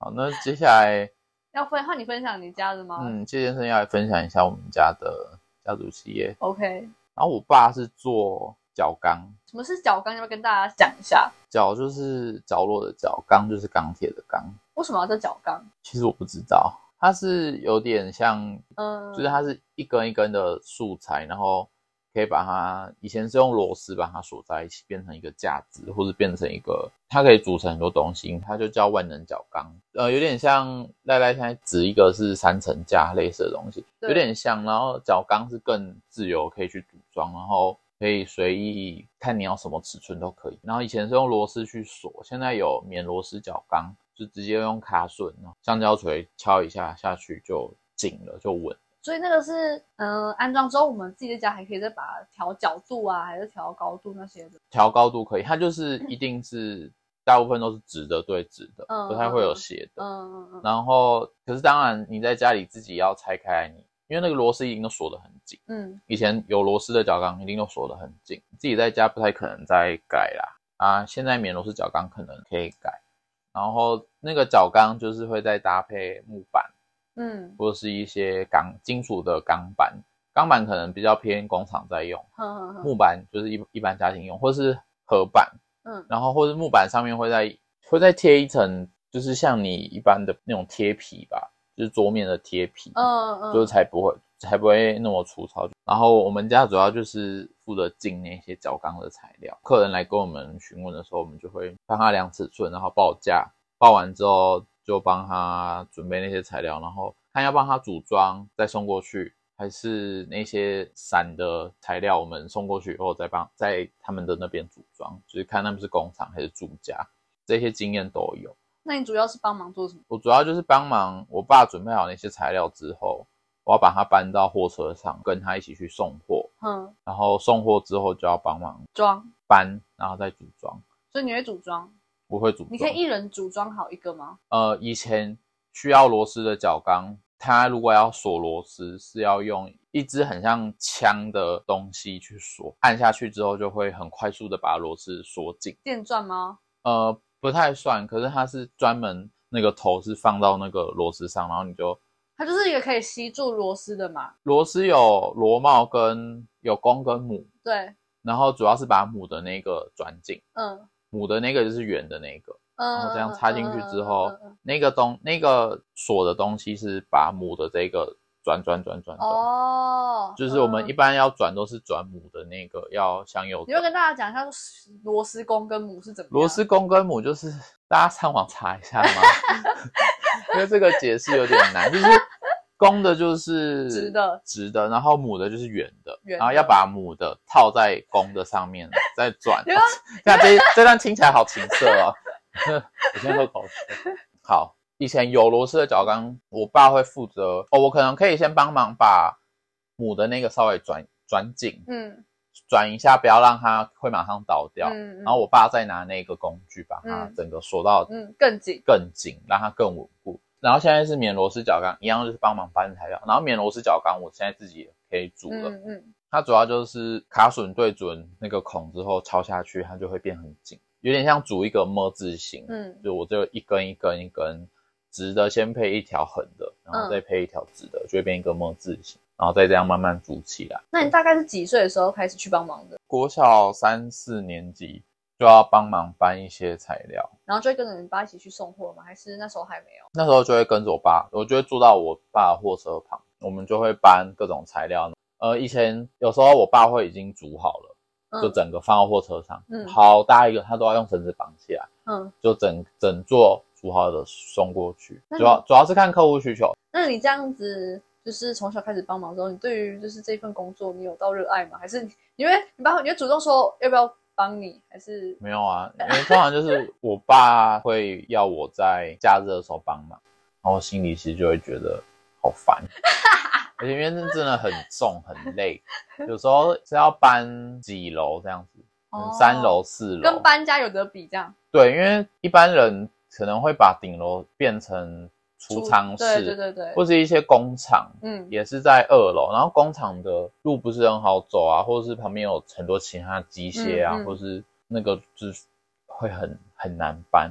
好，那接下来换你分享你家的吗？ 谢先生要来分享一下我们家的家族企业。 OK， 然后我爸是做角钢。 什么是角钢？要不要跟大家讲一下？ 角就是角落的角，钢就是钢铁的钢。 为什么要叫角钢？ 其实我不知道，它是有点像，就是它是一根一根的素材，然后可以把它，以前是用螺丝把它锁在一起，变成一个架子，或者变成一个，它可以组成很多东西，它就叫万能角钢。有点像赖赖现在指一个是3层架类似的东西，有点像。然后角钢是更自由，可以去组装，然后可以随意看你要什么尺寸都可以。然后以前是用螺丝去锁，现在有免螺丝角钢，就直接用卡榫，橡胶锤敲一下下去就紧了，就稳。 所以那个是安装之后，我们自己在家还可以再把它调角度啊，还是调高度那些的。 调高度可以，它就是一定是大部分都是直的对直的，不太会有斜的。然后可是当然你在家里自己要拆开来，因为那个螺丝一定都锁得很紧。以前有螺丝的角钢一定都锁得很紧，自己在家不太可能再改啦。现在免螺丝角钢可能可以改。然后那个角钢就是会再搭配木板，或者是一些金属的钢板。钢板可能比较偏工厂在用，木板就是一般家庭用，或是合板。然后或是木板上面会再贴一层，就是像你一般的那种贴皮吧，就是桌面的贴皮，就是才不会那么粗糙。然后我们家主要就是负责进那些角钢的材料，客人来跟我们询问的时候，我们就会帮他量尺寸，然后报价，报完之后就帮他准备那些材料，然后看要帮他组装再送过去，还是那些散的材料我们送过去以后在他们的那边组装，就是看他们是工厂还是住家，这些经验都有。 那你主要是帮忙做什么？ 我主要就是帮忙我爸准备好那些材料之后，我要把它搬到货车上，跟他一起去送货。然后送货之后就要帮忙搬，然后再组装。 所以你会组装？ 我会组装。 你可以一人组装好一个吗？ 以前需要螺丝的角钢，它如果要锁螺丝是要用一支很像枪的东西去锁，按下去之后就会很快速的把螺丝锁紧。 电钻吗？ 不太算，可是它是专门那个头是放到那个螺丝上，然后它就是一个可以吸住螺丝的嘛。 螺丝有螺帽跟有公跟母， 对， 然后主要是把母的那个转紧，母的那个就是圆的那个，然后这样插进去之后，那个锁的东西是把母的这个转，就是我们一般要转都是转母的那个，要向右转。 你会跟大家讲一下螺丝公跟母是怎么样？ 螺丝公跟母就是大家上网查一下嘛，因为这个解释有点难，就是公的就是直的，然后母的就是圆的，然后要把母的套在公的上面再转。那这段听起来好情色哦。我先喝口水。好，以前有螺丝的角钢，我爸会负责我可能可以先帮忙把母的那个稍微转紧，转一下，不要让它会马上倒掉。然后我爸再拿那个工具把它整个锁到更紧， 让它更稳固。然后现在是免螺丝角钢，一样就是帮忙搬材料。然后免螺丝角钢，我现在自己也可以组了。它主要就是卡榫对准那个孔之后敲下去，它就会变很紧，有点像组一个么字形。就我就一根一根一根直的，先配一条横的，然后再配一条直的，就会变一个么字形，然后再这样慢慢组起来。 那你大概是几岁的时候开始去帮忙的？ 国小3、4年级就要帮忙搬一些材料， 然后就会跟着你爸一起去送货吗？还是那时候还没有？ 那时候就会跟着我爸，我就会坐到我爸的货车旁，我们就会搬各种材料。以前有时候我爸会已经煮好了，就整个放到货车上，好大一个，他都要用绳子绑起来，就整座煮好的送过去。主要是看客户需求。 那你这样子就是从小开始帮忙之后，你对于就是这份工作你有到热爱吗？还是你会主动说要不要帮你？还是没有啊？因为通常就是我爸会要我在假日的时候帮忙，然后心里其实就会觉得好烦。而且因为真的很重很累，有时候是要搬几楼这样子，3楼4楼， 跟搬家有得比这样。 对，因为一般人可能会把顶楼变成储藏室， 对， 或是一些工厂，也是在2楼，然后工厂的路不是很好走啊，或者是旁边有很多其他机械啊，或是那个就是会很难搬。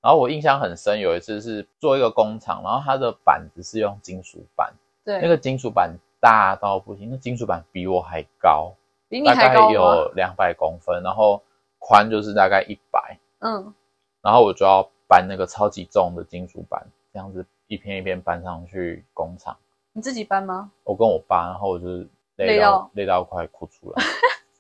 然后我印象很深，有一次是做一个工厂，然后它的板子是用金属板， 对， 那个金属板大到不行，那金属板比我还高， 比你还高吗？ 大概有200公分，然后宽就是大概100，然后我就要搬那个超级重的金属板，这样子一片一片搬上去工厂。 你自己搬吗？ 我跟我爸，然后我就是累到快哭出来。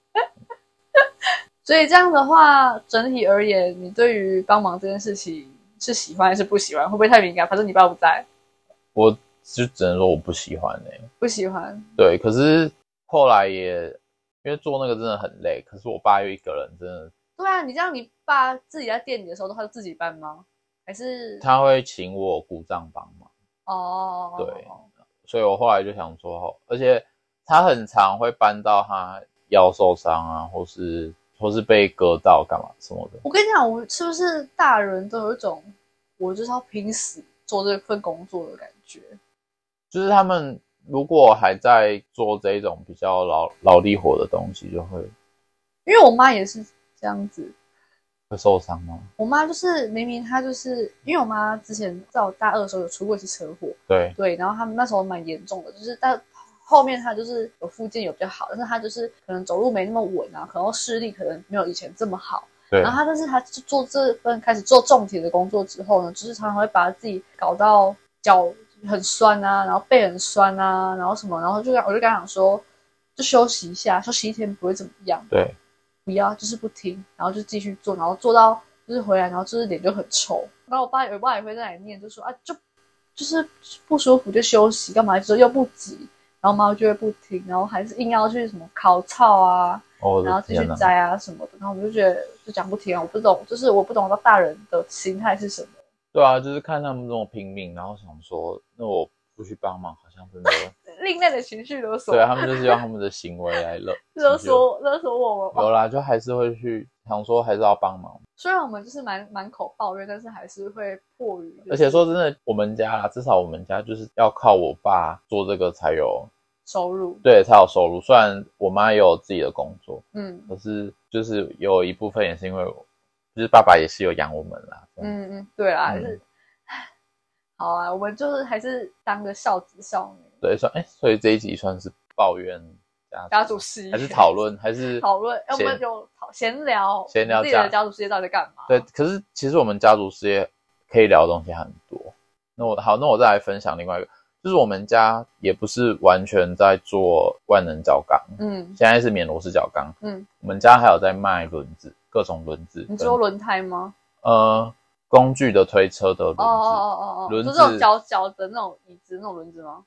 所以这样的话，整体而言，你对于帮忙这件事情是喜欢还是不喜欢？会不会太敏感？反正你爸不在。 我就只能说我不喜欢不喜欢。 对，可是后来也因为做那个真的很累，可是我爸又一个人真的。 对啊，你这样你爸自己在店里的时候，他就自己搬吗？还是他会请我姑丈帮忙？ 哦， 对，所以我后来就想说，而且他很常会搬到他腰受伤啊，或是被割到干嘛什么的。 我跟你讲，我是不是大人都有一种我就是要拼死做这份工作的感觉？ 就是他们如果还在做这种比较劳力活的东西，就会。 因为我妈也是这样子。 会受伤吗？ 我妈就是明明她就是因为我妈之前在我大2的时候有出过一次车祸，对，然后他们那时候蛮严重的，就是但后面她就是有复健有比较好，但是她就是可能走路没那么稳啊，可能视力可能没有以前这么好。对，然后但是她做这份开始做重体的工作之后呢，就是常常会把自己搞到脚很酸啊，然后背很酸啊，然后什么，然后我就跟她讲说，就休息一下，休息1天不会怎么样。对。不要，就是不听，然后就继续做，然后做到就是回来，然后就是脸就很臭。然后我爸也会在那里念，就说啊，就是不舒服就休息，干嘛就又不急，然后妈就会不听，然后还是硬要去什么烤草啊，然后继续摘啊什么的。然后我就觉得就讲不听啊，我不懂，就是我不懂到大人的心态是什么。对啊，就是看他们这么拼命，然后想说，那我不去帮忙，好像真的另类的情绪勒索。 对，他们就是用他们的行为来勒索我们。 有啦，就还是会去想说还是要帮忙。 虽然我们就是满口抱怨，但是还是会迫于。 而且说真的，我们家啦，至少我们家就是要靠我爸做这个才有收入。对， 才有收入。虽然我妈也有自己的工作，可是就是有一部分也是因为就是爸爸也是有养我们啦。 对啦，就是好啊，我们就是还是当个孝子孝女。对， 所以这一集算是抱怨家族事业， 还是讨论，还是讨论？我们就闲聊自己的家族事业到底在干嘛？ 对，可是其实我们家族事业可以聊的东西很多。那我再来分享另外一个，就是我们家也不是完全在做万能角钢，现在是免螺丝角钢，我们家还有在卖轮子，各种轮子。 你说轮胎吗？ 工具的推车的轮子， 轮子，就这种脚的那种椅子那种轮子吗？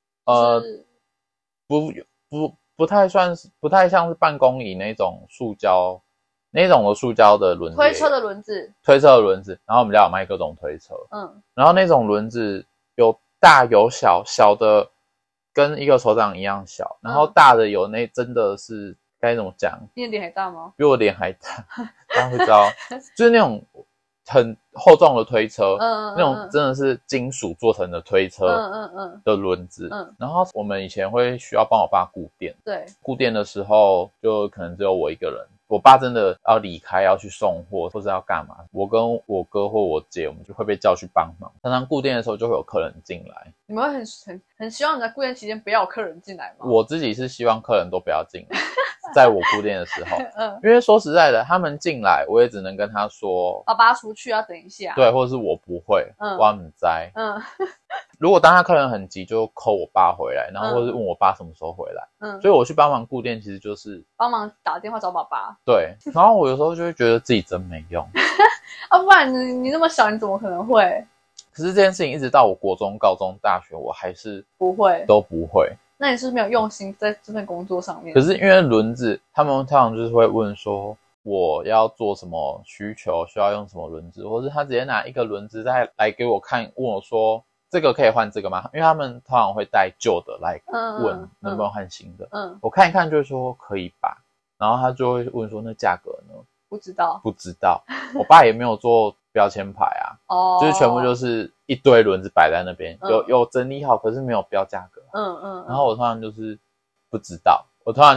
不太像是办公椅那种塑胶的轮子， 推车的轮子， 然后我们家有卖各种推车，然后那种轮子有大有小，小的跟一个手掌一样小，然后大的有真的是该怎么讲？ 你的脸还大吗？ 比我脸还大，大家会知道，就是那种很厚重的推车，那种真的是金属做成的推车的轮子，然后我们以前会需要帮我爸顾店，对，顾店的时候就可能只有我一个人，我爸真的要离开要去送货或是要干嘛，我跟我哥或我姐我们就会被叫去帮忙，常常顾店的时候就会有客人进来。 你们会很希望你在顾店期间不要有客人进来吗？ 我自己是希望客人都不要进来在我顾店的时候因为说实在的，他们进来我也只能跟他说爸爸出去要等一下， 对，或者是我不会我不知道如果当他客人很急就 call 我爸回来，然后或者是问我爸什么时候回来，所以我去帮忙顾店其实就是帮忙打电话找爸爸， 对，然后我有时候就会觉得自己真没用不然你那么小你怎么可能会？ 可是这件事情一直到我国中、高中、大学我还是都不会。 那你是不是没有用心在这份工作上面？ 可是因为轮子他们通常就是会问说我要做什么需求，需要用什么轮子，或是他直接拿一个轮子再来给我看，问我说这个可以换这个吗？因为他们通常会带旧的来问能不能换新的，我看一看就会说可以吧，然后他就会问说那价格呢？不知道我爸也没有做标签牌啊就是全部就是一堆轮子摆在那边，有整理好可是没有标价格然后我通常就是不知道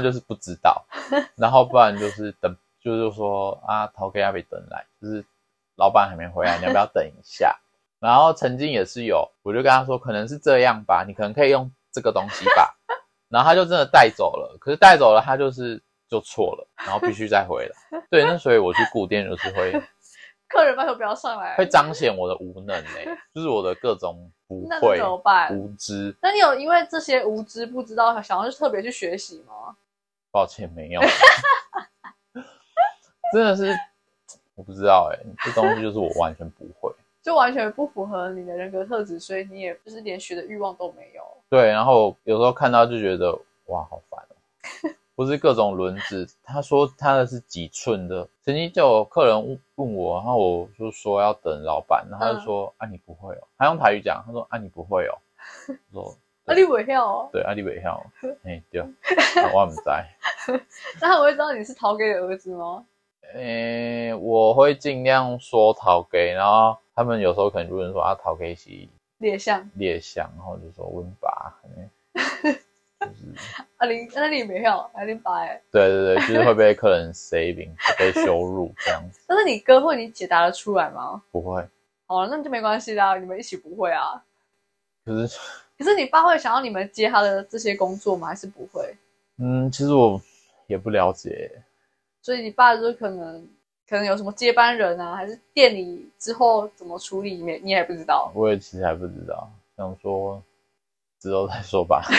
然后不然就是等就是说啊头给阿北等来，就是老板还没回来，你要不要等一下？然后曾经也是有，我就跟他说可能是这样吧，你可能可以用这个东西吧。然后他就真的带走了，可是带走了他就错了，然后必须再回来。对，那所以我去顾店就是会， 客人拜托不要上来， 会彰显我的无能就是我的各种不会， 那怎么办？ 无知。 那你有因为这些无知不知道想要特别去学习吗？ 抱歉，没有。真的是我不知道这东西就是我完全不会， 就完全不符合你的人格特质，所以你也就是连学的欲望都没有。 对，然后有时候看到就觉得哇好烦不是各种轮子，他说他的是几寸的，曾经就有客人问我，然后我就说要等老板，然后他就说啊你不会哦，他用台语讲，他说啊你不会哦，我说啊你不会哦， 对啊你不会哦，对，我不知道。 那他会知道你是陶给的儿子吗？ 我会尽量说陶给，然后他们有时候可能就问说啊陶给是猎象， 然后就说温爸，就是那你没有，你爸对，就是会被客人 saving 被羞辱这样子。 但是你哥会你解答得出来吗？ 不会。 好了，那就没关系啦，你们一起不会啊。 可是你爸会想要你们接他的这些工作吗？还是不会？ 其实我也不了解。 所以你爸就是可能有什么接班人啊，还是店里之后怎么处理，你也不知道。 我也其实还不知道，想说之后再说吧。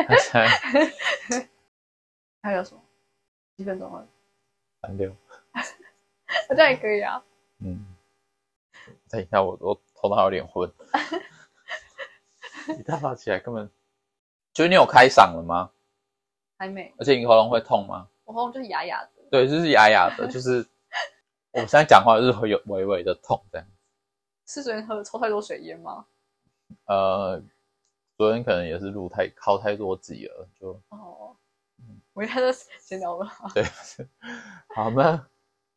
还有什么？几分钟了 ？36。 这样也可以啊。 等一下，我头脑有点昏。一大早起来根本，就是你有开嗓了吗？ 还没。 而且你喉咙会痛吗？ 我喉咙就是哑哑的。 对，就是哑哑的，就是我现在讲话就是会有微微的痛这样。 是昨天抽太多水烟吗？ 昨天可能也是靠太多集了，就我应该在闲聊了。 对，好那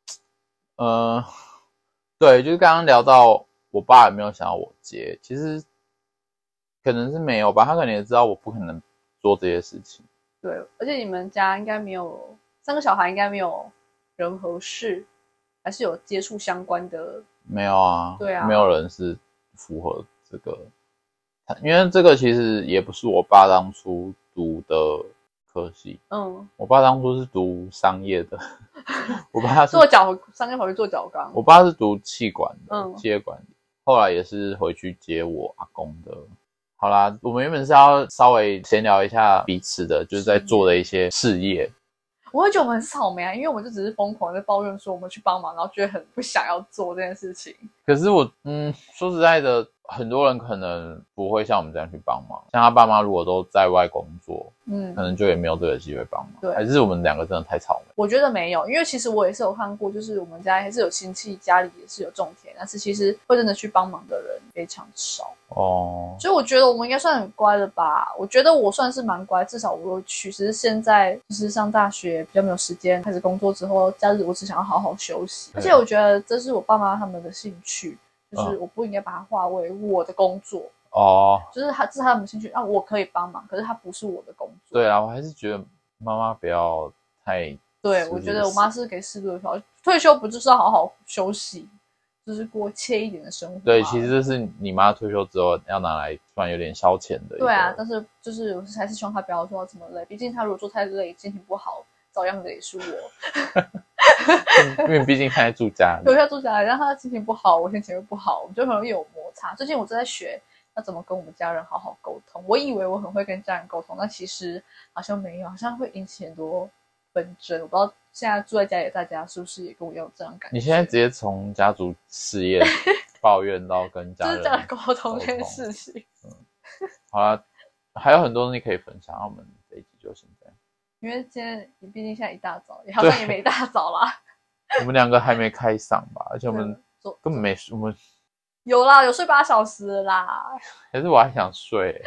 对，就是刚刚聊到我爸有没有想要我接，其实可能是没有吧，他可能也知道我不可能做这些事情。 对，而且你们家应该没有3个小孩，应该没有人合适，还是有接触相关的？ 没有啊， 对啊， 没有人是符合这个，因为这个其实也不是我爸当初读的科系。我爸当初是读商业的，我爸是商业跑去做角钢。 我爸是读企管的，企业管理，后来也是回去接我阿公的。好啦，我们原本是要稍微闲聊一下彼此的，就是在做的一些事业。 我会觉得我们很草莓啊，因为我们就只是疯狂在抱怨说我们去帮忙，然后觉得很不想要做这件事情。 可是我说实在的，很多人可能不会像我们这样去帮忙，像他爸妈如果都在外工作，可能就也没有这个机会帮忙。对，还是我们两个真的太草莓？ 我觉得没有，因为其实我也是有看过，就是我们家还是有亲戚家里也是有种田，但是其实会真的去帮忙的人非常少。所以我觉得我们应该算很乖了吧？我觉得我算是蛮乖，至少我有去。只是现在就是上大学比较没有时间，开始工作之后，假日我只想要好好休息。而且我觉得这是我爸妈他们的兴趣，就是我不应该把它化为我的工作。就是这是他们的兴趣，让我可以帮忙，可是它不是我的工作。 对啊，我还是觉得妈妈不要太…… 对，我觉得我妈是给适度的调，退休不就是要好好休息？就是过惬意一点的生活。 对，其实这是你妈退休之后要拿来算有点消遣的。 对啊，但是就是我还是希望她不要做到这么累，毕竟她如果做太累，心情不好，照样累是我。 因为毕竟她在住家里， 对，她住家里，让她心情不好，我心情又不好，我们就很容易有摩擦。最近我正在学要怎么跟我们家人好好沟通。我以为我很会跟家人沟通，但其实好像没有，好像会引起很多纷争。我不知道现在住在家里的大家是不是也跟我有这样感觉？ 你现在直接从家族事业抱怨到跟家人就是这样沟通这件事情。 好啦，还有很多东西可以分享，我们这一集就先这样。 因为今天毕竟现在一大早，也好像也没一大早啦。 我们两个还没开嗓吧，而且我们根本没我们有啦，有睡8小时了啦。 可是我还想睡。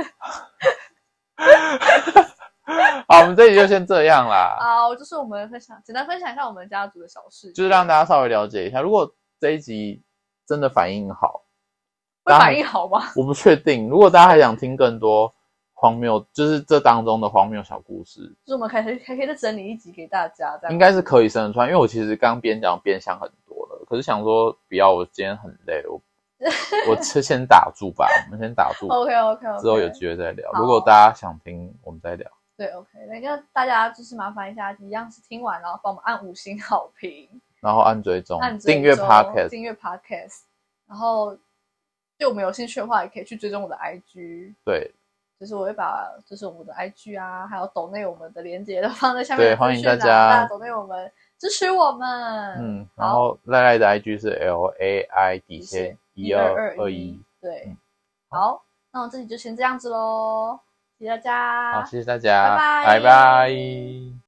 好，我们这集就先这样啦。 好，就是我们简单分享一下我们家族的小事， 就是让大家稍微了解一下。如果这一集真的反应好， 会反应好吗？ 我不确定。如果大家还想听更多荒谬，就是这当中的荒谬小故事， 就是我们还可以再整理一集给大家，这样应该是可以生得出来。因为我其实刚边讲边想很多了， 可是想说不要，我今天很累，我先打住吧，我们先打住。 OK， 之后有机会再聊。如果大家想听，我们再聊。 对 ，OK， 那个大家就是麻烦一下，一样是听完然后帮我们按5星好评， 然后按追踪，订阅 Podcast， 然后对我们有兴趣的话，也可以去追踪我的 IG。 对， 就是我会把就是我们的 IG 啊，还有抖内我们的连结都放在下面。 对，欢迎大家抖内我们支持我们。 然后赖赖的 IG 是 LAI_1221。 对，好，那我这里就先这样子咯。谢谢大家。 好，谢谢大家， 拜拜。 拜拜。